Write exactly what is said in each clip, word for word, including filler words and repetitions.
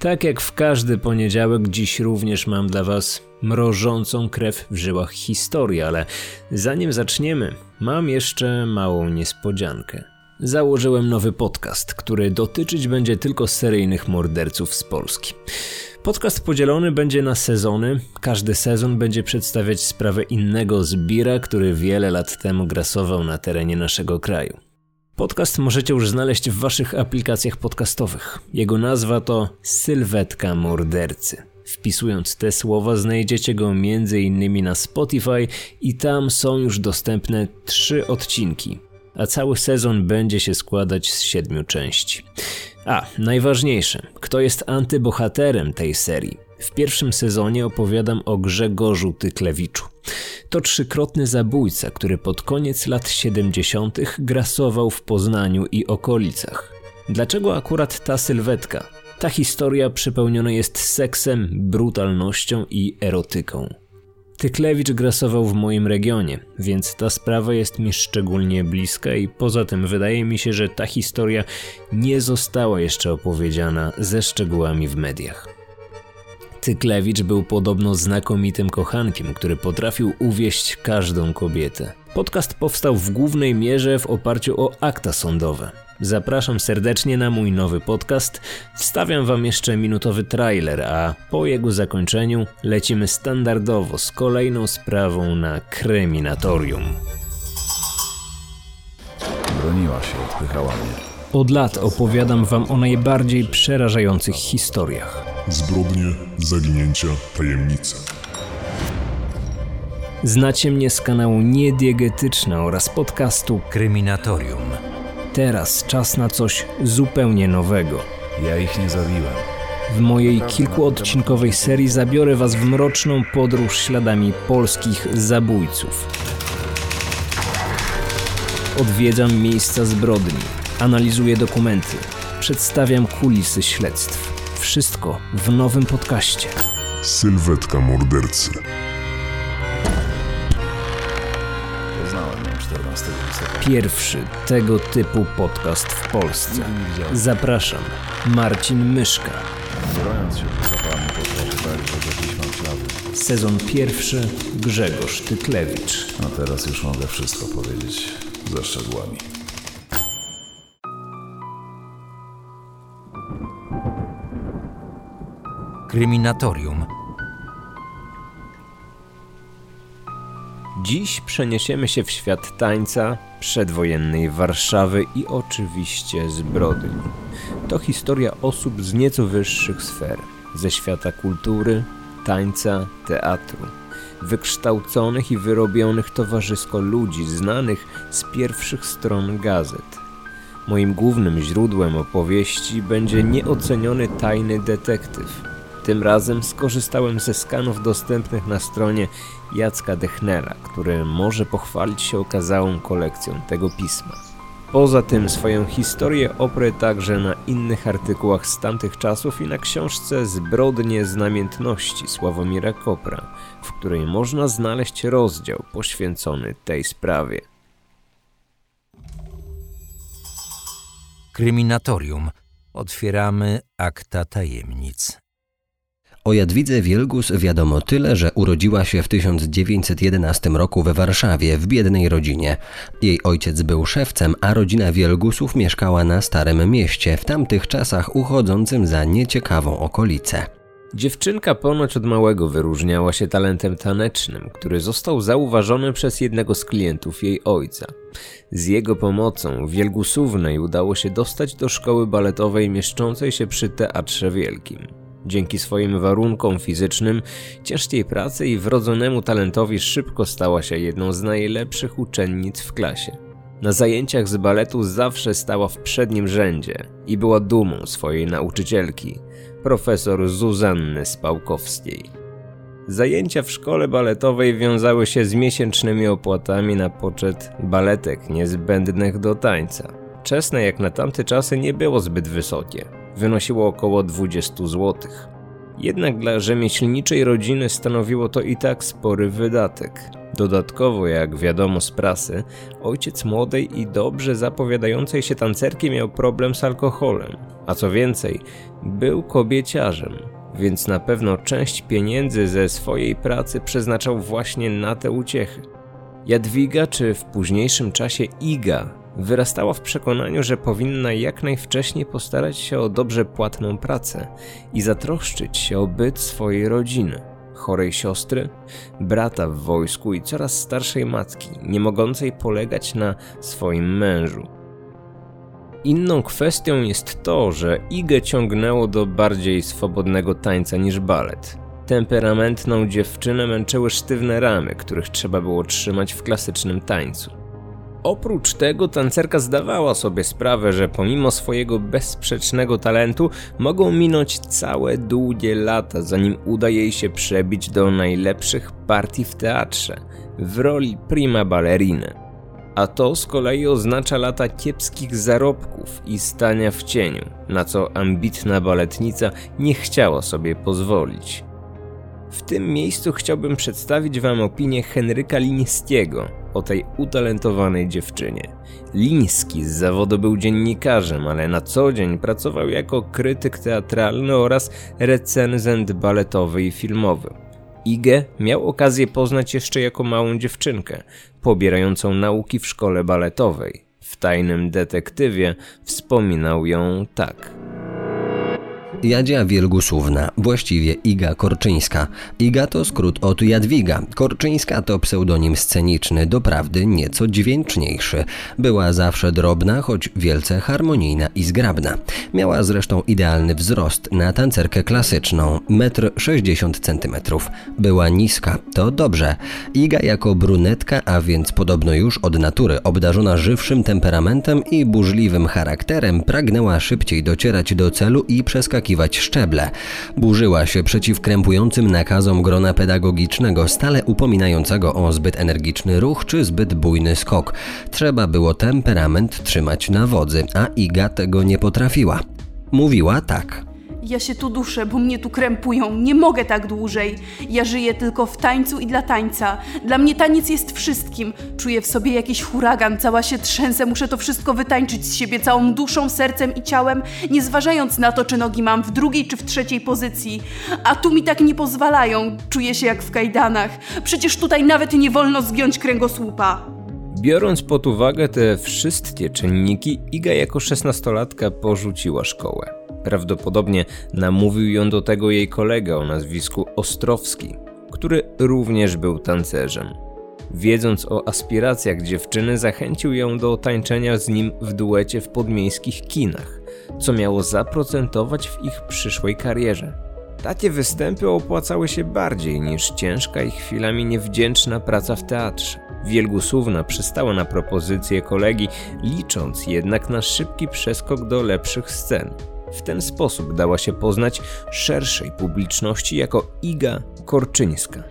Tak jak w każdy poniedziałek, dziś również mam dla was mrożącą krew w żyłach historii, ale zanim zaczniemy, mam jeszcze małą niespodziankę. Założyłem nowy podcast, który dotyczyć będzie tylko seryjnych morderców z Polski. Podcast podzielony będzie na sezony. Każdy sezon będzie przedstawiać sprawę innego zbira, który wiele lat temu grasował na terenie naszego kraju. Podcast możecie już znaleźć w waszych aplikacjach podcastowych. Jego nazwa to Sylwetka Mordercy. Wpisując te słowa znajdziecie go między innymi na Spotify i tam są już dostępne trzy odcinki, a cały sezon będzie się składać z siedmiu części. A, najważniejsze, kto jest antybohaterem tej serii? W pierwszym sezonie opowiadam o Grzegorzu Tyklewiczu. To trzykrotny zabójca, który pod koniec lat siedemdziesiątych grasował w Poznaniu i okolicach. Dlaczego akurat ta sylwetka? Ta historia przepełniona jest seksem, brutalnością i erotyką. Tyklewicz grasował w moim regionie, więc ta sprawa jest mi szczególnie bliska i poza tym wydaje mi się, że ta historia nie została jeszcze opowiedziana ze szczegółami w mediach. Tyklewicz był podobno znakomitym kochankiem, który potrafił uwieść każdą kobietę. Podcast powstał w głównej mierze w oparciu o akta sądowe. Zapraszam serdecznie na mój nowy podcast. Wstawiam wam jeszcze minutowy trailer, a po jego zakończeniu lecimy standardowo z kolejną sprawą na kryminatorium. Broniła się, odpychała mnie. Od lat opowiadam wam o najbardziej przerażających historiach. Zbrodnie, zaginięcia, tajemnice. Znacie mnie z kanału Niediegetyczna oraz podcastu Kryminatorium. Teraz czas na coś zupełnie nowego. Ja ich nie zabiłem. W mojej kilkuodcinkowej serii zabiorę was w mroczną podróż śladami polskich zabójców. Odwiedzam miejsca zbrodni, analizuję dokumenty, przedstawiam kulisy śledztw. Wszystko w nowym podcaście. Sylwetka Mordercy. Poznałem ją czternastego listopada. Pierwszy tego typu podcast w Polsce. Zapraszam, Marcin Myszka. Broniąc się przed zapalami podpowiadali, że jakieś mam ślady. Sezon pierwszy, Grzegorz Tyklewicz. A teraz już mogę wszystko powiedzieć ze szczegółami. Kryminatorium. Dziś przeniesiemy się w świat tańca, przedwojennej Warszawy i oczywiście zbrodni. To historia osób z nieco wyższych sfer, ze świata kultury, tańca, teatru, wykształconych i wyrobionych towarzysko ludzi znanych z pierwszych stron gazet. Moim głównym źródłem opowieści będzie nieoceniony tajny detektyw. Tym razem skorzystałem ze skanów dostępnych na stronie Jacka Dechnera, który może pochwalić się okazałą kolekcją tego pisma. Poza tym swoją historię oprę także na innych artykułach z tamtych czasów i na książce Zbrodnie z namiętności Sławomira Kopra, w której można znaleźć rozdział poświęcony tej sprawie. Kryminatorium. Otwieramy akta tajemnic. O Jadwidze Wielgus wiadomo tyle, że urodziła się w tysiąc dziewięćset jedenastym roku we Warszawie w biednej rodzinie. Jej ojciec był szewcem, a rodzina Wielgusów mieszkała na Starym Mieście, w tamtych czasach uchodzącym za nieciekawą okolicę. Dziewczynka ponoć od małego wyróżniała się talentem tanecznym, który został zauważony przez jednego z klientów jej ojca. Z jego pomocą Wielgusównej udało się dostać do szkoły baletowej mieszczącej się przy Teatrze Wielkim. Dzięki swoim warunkom fizycznym, ciężkiej pracy i wrodzonemu talentowi szybko stała się jedną z najlepszych uczennic w klasie. Na zajęciach z baletu zawsze stała w przednim rzędzie i była dumą swojej nauczycielki, profesor Zuzanny Spałkowskiej. Zajęcia w szkole baletowej wiązały się z miesięcznymi opłatami na poczet baletek niezbędnych do tańca. Czesne jak na tamte czasy nie było zbyt wysokie. Wynosiło około dwadzieścia złotych. Jednak dla rzemieślniczej rodziny stanowiło to i tak spory wydatek. Dodatkowo, jak wiadomo z prasy, ojciec młodej i dobrze zapowiadającej się tancerki miał problem z alkoholem, a co więcej, był kobieciarzem, więc na pewno część pieniędzy ze swojej pracy przeznaczał właśnie na te uciechy. Jadwiga, czy w późniejszym czasie Iga, wyrastała w przekonaniu, że powinna jak najwcześniej postarać się o dobrze płatną pracę i zatroszczyć się o byt swojej rodziny, chorej siostry, brata w wojsku i coraz starszej matki, nie mogącej polegać na swoim mężu. Inną kwestią jest to, że Igę ciągnęło do bardziej swobodnego tańca niż balet. Temperamentną dziewczynę męczyły sztywne ramy, których trzeba było trzymać w klasycznym tańcu. Oprócz tego tancerka zdawała sobie sprawę, że pomimo swojego bezsprzecznego talentu mogą minąć całe długie lata, zanim uda jej się przebić do najlepszych partii w teatrze w roli prima balleriny. A to z kolei oznacza lata kiepskich zarobków i stania w cieniu, na co ambitna baletnica nie chciała sobie pozwolić. W tym miejscu chciałbym przedstawić wam opinię Henryka Lińskiego o tej utalentowanej dziewczynie. Liński z zawodu był dziennikarzem, ale na co dzień pracował jako krytyk teatralny oraz recenzent baletowy i filmowy. Igę miał okazję poznać jeszcze jako małą dziewczynkę, pobierającą nauki w szkole baletowej. W Tajnym detektywie wspominał ją tak. Jadzia Wielgusówna, właściwie Iga Korczyńska. Iga to skrót od Jadwiga. Korczyńska to pseudonim sceniczny, doprawdy nieco dźwięczniejszy. Była zawsze drobna, choć wielce harmonijna i zgrabna. Miała zresztą idealny wzrost na tancerkę klasyczną, metr sześćdziesiąt centymetrów. Była niska, to dobrze. Iga jako brunetka, a więc podobno już od natury obdarzona żywszym temperamentem i burzliwym charakterem, pragnęła szybciej docierać do celu i przeskakiwać szczeble. Burzyła się przeciw krępującym nakazom grona pedagogicznego, stale upominającego o zbyt energiczny ruch czy zbyt bujny skok. Trzeba było temperament trzymać na wodzy, a Iga tego nie potrafiła. Mówiła tak. Ja się tu duszę, bo mnie tu krępują. Nie mogę tak dłużej. Ja żyję tylko w tańcu i dla tańca. Dla mnie taniec jest wszystkim. Czuję w sobie jakiś huragan, cała się trzęsę. Muszę to wszystko wytańczyć z siebie całą duszą, sercem i ciałem, nie zważając na to, czy nogi mam w drugiej czy w trzeciej pozycji. A tu mi tak nie pozwalają. Czuję się jak w kajdanach. Przecież tutaj nawet nie wolno zgiąć kręgosłupa. Biorąc pod uwagę te wszystkie czynniki, Iga jako szesnastolatka porzuciła szkołę. Prawdopodobnie namówił ją do tego jej kolega o nazwisku Ostrowski, który również był tancerzem. Wiedząc o aspiracjach dziewczyny, zachęcił ją do tańczenia z nim w duecie w podmiejskich kinach, co miało zaprocentować w ich przyszłej karierze. Takie występy opłacały się bardziej niż ciężka i chwilami niewdzięczna praca w teatrze. Wielgusówna przystała na propozycję kolegi, licząc jednak na szybki przeskok do lepszych scen. W ten sposób dała się poznać szerszej publiczności jako Iga Korczyńska.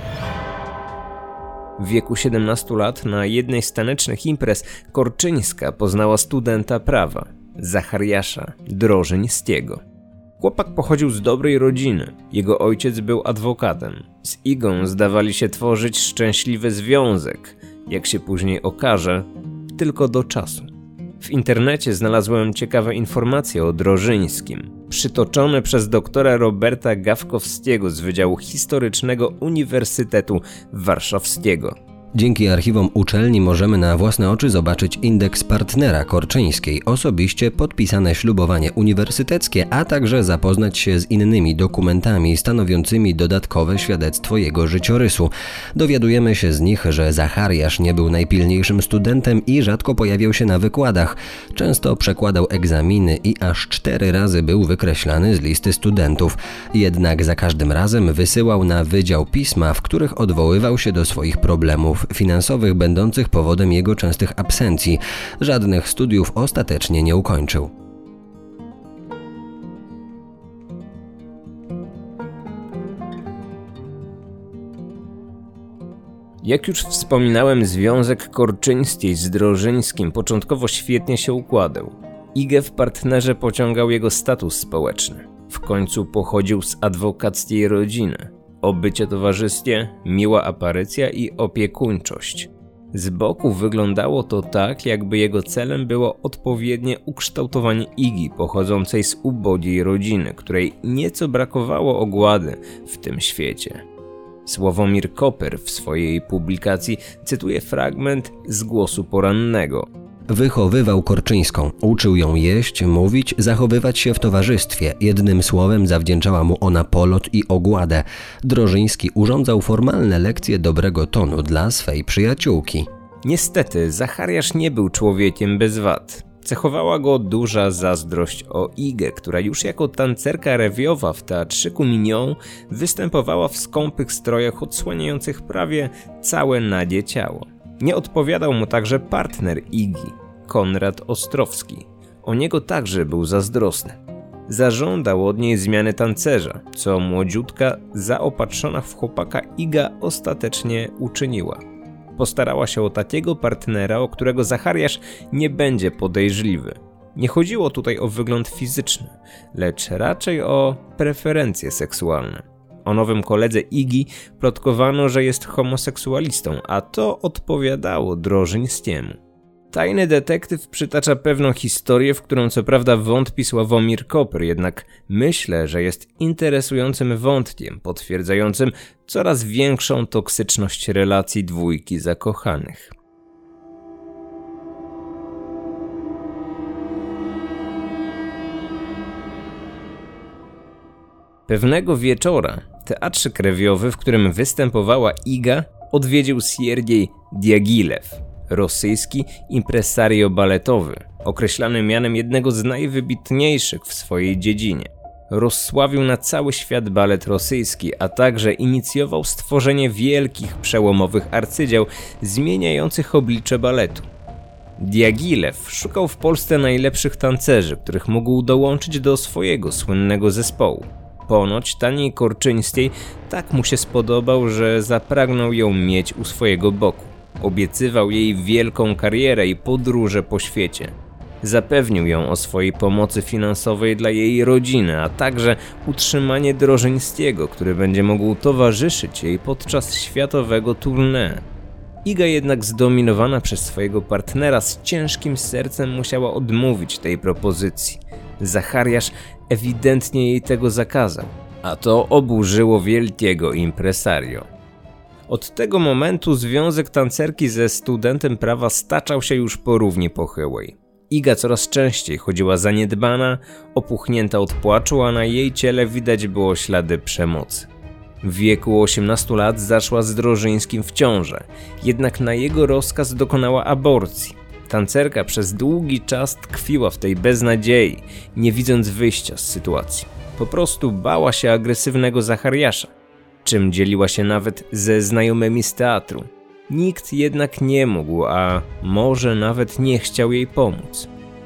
W wieku siedemnastu lat na jednej z tanecznych imprez Korczyńska poznała studenta prawa, Zachariasza Drożyńskiego. Chłopak pochodził z dobrej rodziny, jego ojciec był adwokatem. Z Igą zdawali się tworzyć szczęśliwy związek, jak się później okaże, tylko do czasu. W internecie znalazłem ciekawe informacje o Drożyńskim, przytoczone przez doktora Roberta Gawkowskiego z Wydziału Historycznego Uniwersytetu Warszawskiego. Dzięki archiwom uczelni możemy na własne oczy zobaczyć indeks partnera Korczyńskiej, osobiście podpisane ślubowanie uniwersyteckie, a także zapoznać się z innymi dokumentami stanowiącymi dodatkowe świadectwo jego życiorysu. Dowiadujemy się z nich, że Zachariasz nie był najpilniejszym studentem i rzadko pojawiał się na wykładach. Często przekładał egzaminy i aż cztery razy był wykreślany z listy studentów. Jednak za każdym razem wysyłał na wydział pisma, w których odwoływał się do swoich problemów finansowych będących powodem jego częstych absencji. Żadnych studiów ostatecznie nie ukończył. Jak już wspominałem, związek Korczyńskiej z Drożyńskim początkowo świetnie się układał. Igę w partnerze pociągał jego status społeczny. W końcu pochodził z adwokackiej rodziny. Obycie towarzyskie, miła aparycja i opiekuńczość. Z boku wyglądało to tak, jakby jego celem było odpowiednie ukształtowanie Iggy pochodzącej z ubogiej rodziny, której nieco brakowało ogłady w tym świecie. Sławomir Koper w swojej publikacji cytuje fragment z Głosu Porannego. Wychowywał Korczyńską, uczył ją jeść, mówić, zachowywać się w towarzystwie. Jednym słowem zawdzięczała mu ona polot i ogładę. Drożyński urządzał formalne lekcje dobrego tonu dla swej przyjaciółki. Niestety, Zachariasz nie był człowiekiem bez wad. Cechowała go duża zazdrość o Iggę, która już jako tancerka rewiowa w teatrzyku Mignon występowała w skąpych strojach odsłaniających prawie całe nagie ciało. Nie odpowiadał mu także partner Iggy, Konrad Ostrowski. O niego także był zazdrosny. Zażądał od niej zmiany tancerza, co młodziutka, zaopatrzona w chłopaka Iga ostatecznie uczyniła. Postarała się o takiego partnera, o którego Zachariasz nie będzie podejrzliwy. Nie chodziło tutaj o wygląd fizyczny, lecz raczej o preferencje seksualne. O nowym koledze Iggy plotkowano, że jest homoseksualistą, a to odpowiadało Drożyńskiemu. Tajny detektyw przytacza pewną historię, w którą co prawda wątpi Sławomir Koper, jednak myślę, że jest interesującym wątkiem, potwierdzającym coraz większą toksyczność relacji dwójki zakochanych. Pewnego wieczora teatrzyk rewiowy, w którym występowała Iga, odwiedził Siergiej Diagilew, rosyjski impresario baletowy, określany mianem jednego z najwybitniejszych w swojej dziedzinie. Rozsławił na cały świat balet rosyjski, a także inicjował stworzenie wielkich, przełomowych arcydzieł zmieniających oblicze baletu. Diagilew szukał w Polsce najlepszych tancerzy, których mógł dołączyć do swojego słynnego zespołu. Ponoć Tanii Korczyńskiej tak mu się spodobał, że zapragnął ją mieć u swojego boku. Obiecywał jej wielką karierę i podróże po świecie. Zapewnił ją o swojej pomocy finansowej dla jej rodziny, a także utrzymanie Drożyńskiego, który będzie mógł towarzyszyć jej podczas światowego tournée. Iga jednak zdominowana przez swojego partnera z ciężkim sercem musiała odmówić tej propozycji. Zachariasz ewidentnie jej tego zakazał, a to oburzyło wielkiego impresario. Od tego momentu związek tancerki ze studentem prawa staczał się już po równi pochyłej. Iga coraz częściej chodziła zaniedbana, opuchnięta od płaczu, a na jej ciele widać było ślady przemocy. W wieku osiemnastu lat zaszła z Drożyńskim w ciążę, jednak na jego rozkaz dokonała aborcji. Tancerka przez długi czas tkwiła w tej beznadziei, nie widząc wyjścia z sytuacji. Po prostu bała się agresywnego Zachariasza, czym dzieliła się nawet ze znajomymi z teatru. Nikt jednak nie mógł, a może nawet nie chciał jej pomóc.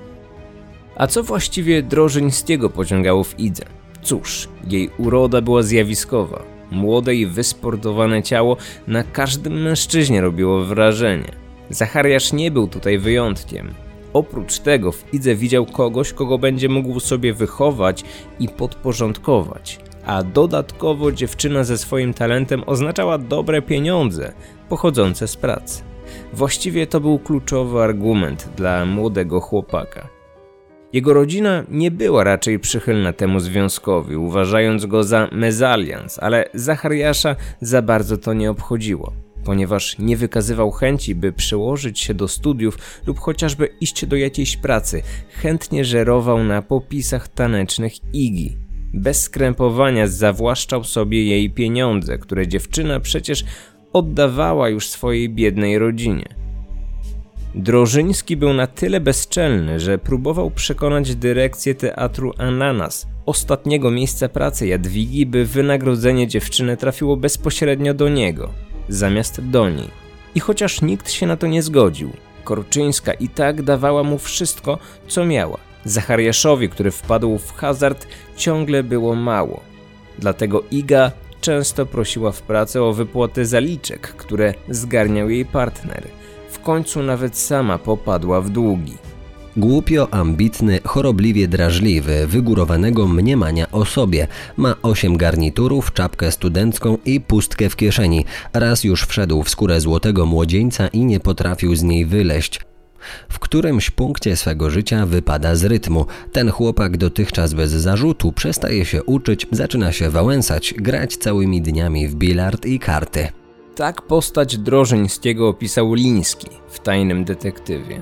A co właściwie Drożyńskiego pociągało w Idze? Cóż, jej uroda była zjawiskowa. Młode i wysportowane ciało na każdym mężczyźnie robiło wrażenie. Zachariasz nie był tutaj wyjątkiem. Oprócz tego w Idze widział kogoś, kogo będzie mógł sobie wychować i podporządkować. A dodatkowo dziewczyna ze swoim talentem oznaczała dobre pieniądze pochodzące z pracy. Właściwie to był kluczowy argument dla młodego chłopaka. Jego rodzina nie była raczej przychylna temu związkowi, uważając go za mezalians, ale Zachariasza za bardzo to nie obchodziło, ponieważ nie wykazywał chęci, by przyłożyć się do studiów lub chociażby iść do jakiejś pracy. Chętnie żerował na popisach tanecznych Iggy. Bez skrępowania zawłaszczał sobie jej pieniądze, które dziewczyna przecież oddawała już swojej biednej rodzinie. Drożyński był na tyle bezczelny, że próbował przekonać dyrekcję teatru Ananas, ostatniego miejsca pracy Jadwigi, by wynagrodzenie dziewczyny trafiło bezpośrednio do niego, zamiast do niej. I chociaż nikt się na to nie zgodził, Korczyńska i tak dawała mu wszystko, co miała. Zachariaszowi, który wpadł w hazard, ciągle było mało. Dlatego Iga często prosiła w pracy o wypłatę zaliczek, które zgarniał jej partner. W końcu nawet sama popadła w długi. Głupio, ambitny, chorobliwie drażliwy, wygórowanego mniemania o sobie. Ma osiem garniturów, czapkę studencką i pustkę w kieszeni. Raz już wszedł w skórę złotego młodzieńca i nie potrafił z niej wyleźć. W którymś punkcie swego życia wypada z rytmu. Ten chłopak dotychczas bez zarzutu przestaje się uczyć, zaczyna się wałęsać, grać całymi dniami w bilard i karty. Tak postać Drożyńskiego opisał Liński w Tajnym detektywie.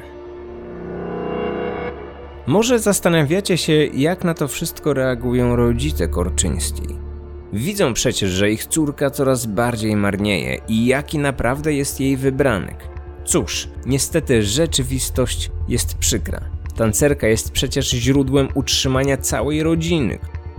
Może zastanawiacie się, jak na to wszystko reagują rodzice Korczyńskiej. Widzą przecież, że ich córka coraz bardziej marnieje i jaki naprawdę jest jej wybranek. Cóż, niestety rzeczywistość jest przykra. Tancerka jest przecież źródłem utrzymania całej rodziny.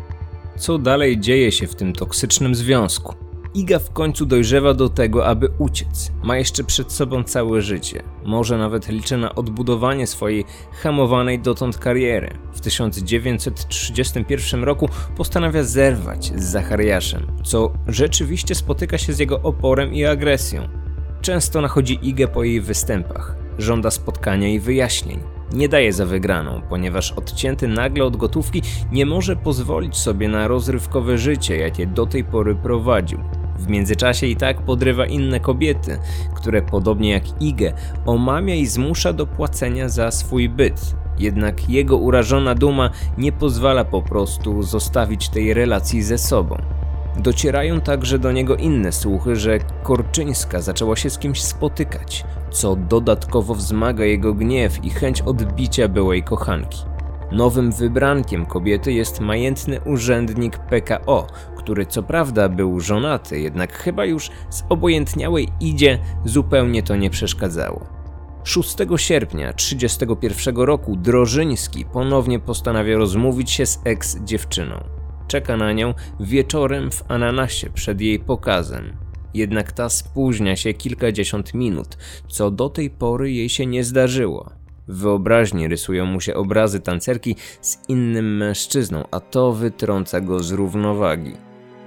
Co dalej dzieje się w tym toksycznym związku? Iga w końcu dojrzewa do tego, aby uciec. Ma jeszcze przed sobą całe życie. Może nawet liczy na odbudowanie swojej hamowanej dotąd kariery. W tysiąc dziewięćset trzydziestym pierwszym roku postanawia zerwać z Zachariaszem, co rzeczywiście spotyka się z jego oporem i agresją. Często nachodzi Igę po jej występach. Żąda spotkania i wyjaśnień. Nie daje za wygraną, ponieważ odcięty nagle od gotówki nie może pozwolić sobie na rozrywkowe życie, jakie do tej pory prowadził. W międzyczasie i tak podrywa inne kobiety, które podobnie jak Igę omamia i zmusza do płacenia za swój byt. Jednak jego urażona duma nie pozwala po prostu zostawić tej relacji ze sobą. Docierają także do niego inne słuchy, że Korczyńska zaczęła się z kimś spotykać, co dodatkowo wzmaga jego gniew i chęć odbicia byłej kochanki. Nowym wybrankiem kobiety jest majętny urzędnik P K O, który co prawda był żonaty, jednak chyba już zobojętniałej Idzie zupełnie to nie przeszkadzało. szóstego sierpnia trzydziestego pierwszego roku Drożyński ponownie postanawia rozmówić się z eks-dziewczyną. Czeka na nią wieczorem w Ananasie przed jej pokazem. Jednak ta spóźnia się kilkadziesiąt minut, co do tej pory jej się nie zdarzyło. W wyobraźni rysują mu się obrazy tancerki z innym mężczyzną, a to wytrąca go z równowagi.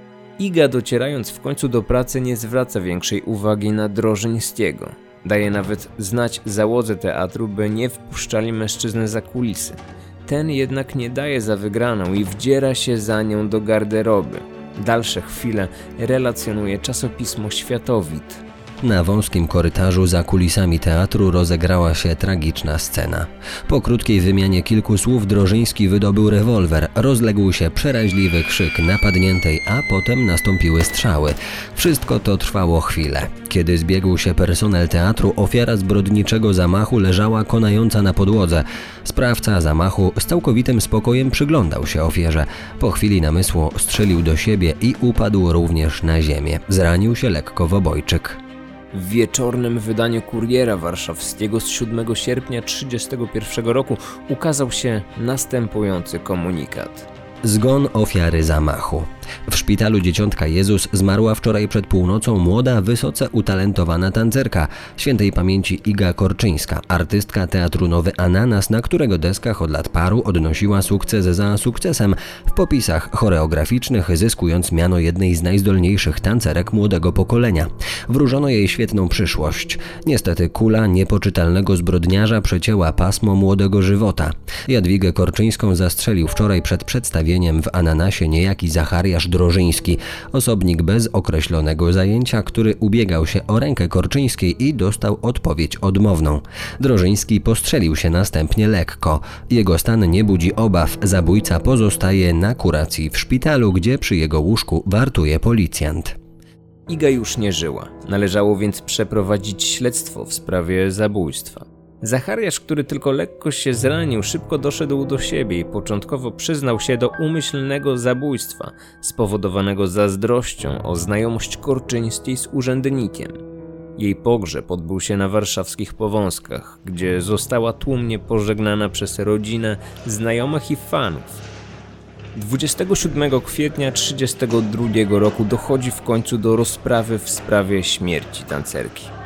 Iga, docierając w końcu do pracy, nie zwraca większej uwagi na Drożyńskiego. Daje nawet znać załodze teatru, by nie wpuszczali mężczyzny za kulisy. Ten jednak nie daje za wygraną i wdziera się za nią do garderoby. Dalsze chwile relacjonuje czasopismo Światowid. Na wąskim korytarzu za kulisami teatru rozegrała się tragiczna scena. Po krótkiej wymianie kilku słów Drożyński wydobył rewolwer, rozległ się przeraźliwy krzyk napadniętej, a potem nastąpiły strzały. Wszystko to trwało chwilę. Kiedy zbiegł się personel teatru, ofiara zbrodniczego zamachu leżała konająca na podłodze. Sprawca zamachu z całkowitym spokojem przyglądał się ofierze. Po chwili namysłu strzelił do siebie i upadł również na ziemię. Zranił się lekko w obojczyk. W wieczornym wydaniu Kuriera Warszawskiego z siódmego sierpnia trzydziestego pierwszego roku ukazał się następujący komunikat. Zgon ofiary zamachu. W szpitalu Dzieciątka Jezus zmarła wczoraj przed północą młoda, wysoce utalentowana tancerka, świętej pamięci Iga Korczyńska, artystka teatru Nowy Ananas, na którego deskach od lat paru odnosiła sukces za sukcesem w popisach choreograficznych, zyskując miano jednej z najzdolniejszych tancerek młodego pokolenia. Wróżono jej świetną przyszłość. Niestety kula niepoczytalnego zbrodniarza przecięła pasmo młodego żywota. Jadwigę Korczyńską zastrzelił wczoraj przed przedstawieniem w Ananasie niejaki Zachariasz Drożyński, osobnik bez określonego zajęcia, który ubiegał się o rękę Korczyńskiej i dostał odpowiedź odmowną. Drożyński postrzelił się następnie lekko. Jego stan nie budzi obaw, zabójca pozostaje na kuracji w szpitalu, gdzie przy jego łóżku wartuje policjant. Iga już nie żyła, należało więc przeprowadzić śledztwo w sprawie zabójstwa. Zachariasz, który tylko lekko się zranił, szybko doszedł do siebie i początkowo przyznał się do umyślnego zabójstwa spowodowanego zazdrością o znajomość Korczyńskiej z urzędnikiem. Jej pogrzeb odbył się na warszawskich Powązkach, gdzie została tłumnie pożegnana przez rodzinę, znajomych i fanów. dwudziestego siódmego kwietnia trzydziestego drugiego roku dochodzi w końcu do rozprawy w sprawie śmierci tancerki.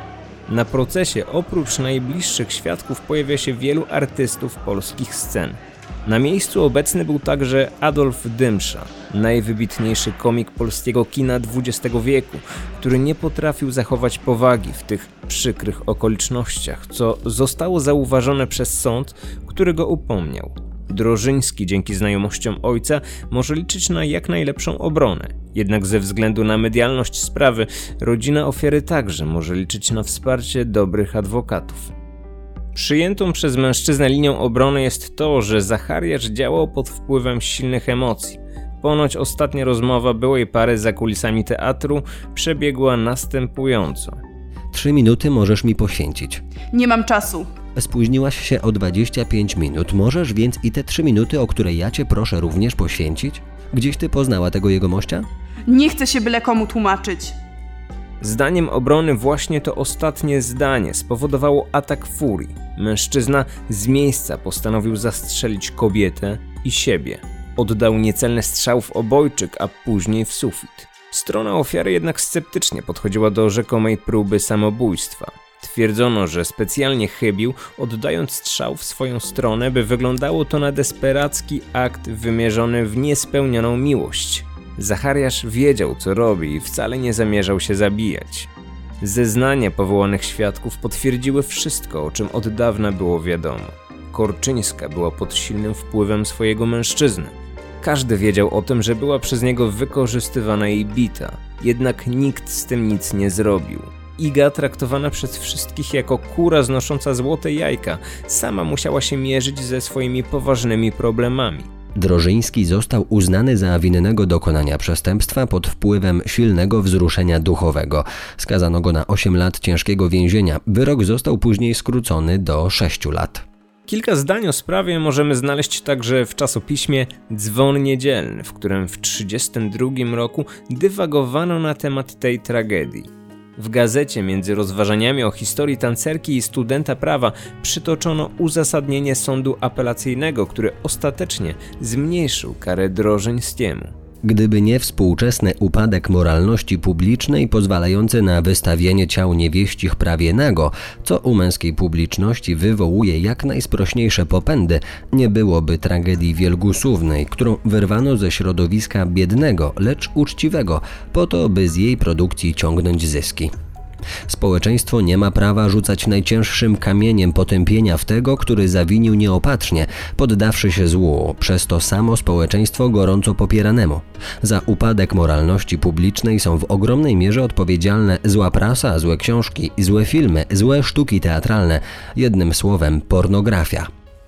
Na procesie oprócz najbliższych świadków pojawia się wielu artystów polskich scen. Na miejscu obecny był także Adolf Dymsza, najwybitniejszy komik polskiego kina dwudziestego wieku, który nie potrafił zachować powagi w tych przykrych okolicznościach, co zostało zauważone przez sąd, który go upomniał. Drożyński dzięki znajomościom ojca może liczyć na jak najlepszą obronę. Jednak ze względu na medialność sprawy, rodzina ofiary także może liczyć na wsparcie dobrych adwokatów. Przyjętą przez mężczyznę linią obrony jest to, że Zachariasz działał pod wpływem silnych emocji. Ponoć ostatnia rozmowa byłej pary za kulisami teatru przebiegła następująco. Trzy minuty możesz mi poświęcić. Nie mam czasu. Spóźniłaś się o dwadzieścia pięć minut, możesz więc i te trzy minuty, o które ja cię proszę, również poświęcić? Gdzieś ty poznała tego jegomościa? Nie chcę się byle komu tłumaczyć. Zdaniem obrony właśnie to ostatnie zdanie spowodowało atak furii. Mężczyzna z miejsca postanowił zastrzelić kobietę i siebie. Oddał niecelny strzał w obojczyk, a później w sufit. Strona ofiary jednak sceptycznie podchodziła do rzekomej próby samobójstwa. Twierdzono, że specjalnie chybił, oddając strzał w swoją stronę, by wyglądało to na desperacki akt wymierzony w niespełnioną miłość. Zachariasz wiedział, co robi i wcale nie zamierzał się zabijać. Zeznania powołanych świadków potwierdziły wszystko, o czym od dawna było wiadomo. Korczyńska była pod silnym wpływem swojego mężczyzny. Każdy wiedział o tym, że była przez niego wykorzystywana i bita, jednak nikt z tym nic nie zrobił. Iga, traktowana przez wszystkich jako kura znosząca złote jajka, sama musiała się mierzyć ze swoimi poważnymi problemami. Drożyński został uznany za winnego dokonania przestępstwa pod wpływem silnego wzruszenia duchowego. Skazano go na osiem lat ciężkiego więzienia. Wyrok został później skrócony do sześciu lat. Kilka zdań o sprawie możemy znaleźć także w czasopiśmie Dzwon Niedzielny, w którym w trzydziestym drugim roku dywagowano na temat tej tragedii. W gazecie między rozważaniami o historii tancerki i studenta prawa przytoczono uzasadnienie sądu apelacyjnego, który ostatecznie zmniejszył karę Drożyńskiemu. Gdyby nie współczesny upadek moralności publicznej pozwalający na wystawienie ciał niewieścich prawie nago, co u męskiej publiczności wywołuje jak najsprośniejsze popędy, nie byłoby tragedii wielgusównej, którą wyrwano ze środowiska biednego, lecz uczciwego, po to, by z jej produkcji ciągnąć zyski. Społeczeństwo nie ma prawa rzucać najcięższym kamieniem potępienia w tego, który zawinił nieopatrznie, poddawszy się złu, przez to samo społeczeństwo gorąco popieranemu. Za upadek moralności publicznej są w ogromnej mierze odpowiedzialne zła prasa, złe książki, złe filmy, złe sztuki teatralne, jednym słowem pornografia.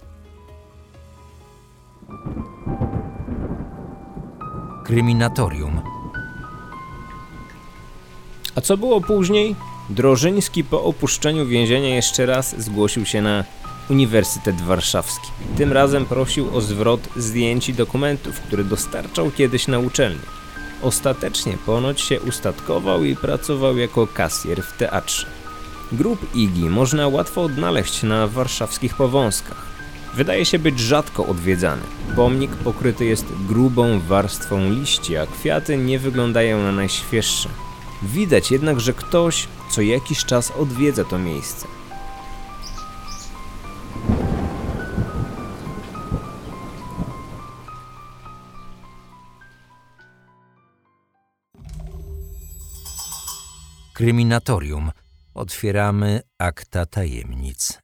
Kryminatorium. A co było później? Drożyński po opuszczeniu więzienia jeszcze raz zgłosił się na Uniwersytet Warszawski. Tym razem prosił o zwrot zdjęć i dokumentów, które dostarczał kiedyś na uczelnię. Ostatecznie ponoć się ustatkował i pracował jako kasjer w teatrze. Grób Igi można łatwo odnaleźć na warszawskich Powązkach. Wydaje się być rzadko odwiedzany. Pomnik pokryty jest grubą warstwą liści, a kwiaty nie wyglądają na najświeższe. Widać jednak, że ktoś co jakiś czas odwiedza to miejsce. Kryminatorium. Otwieramy akta tajemnic.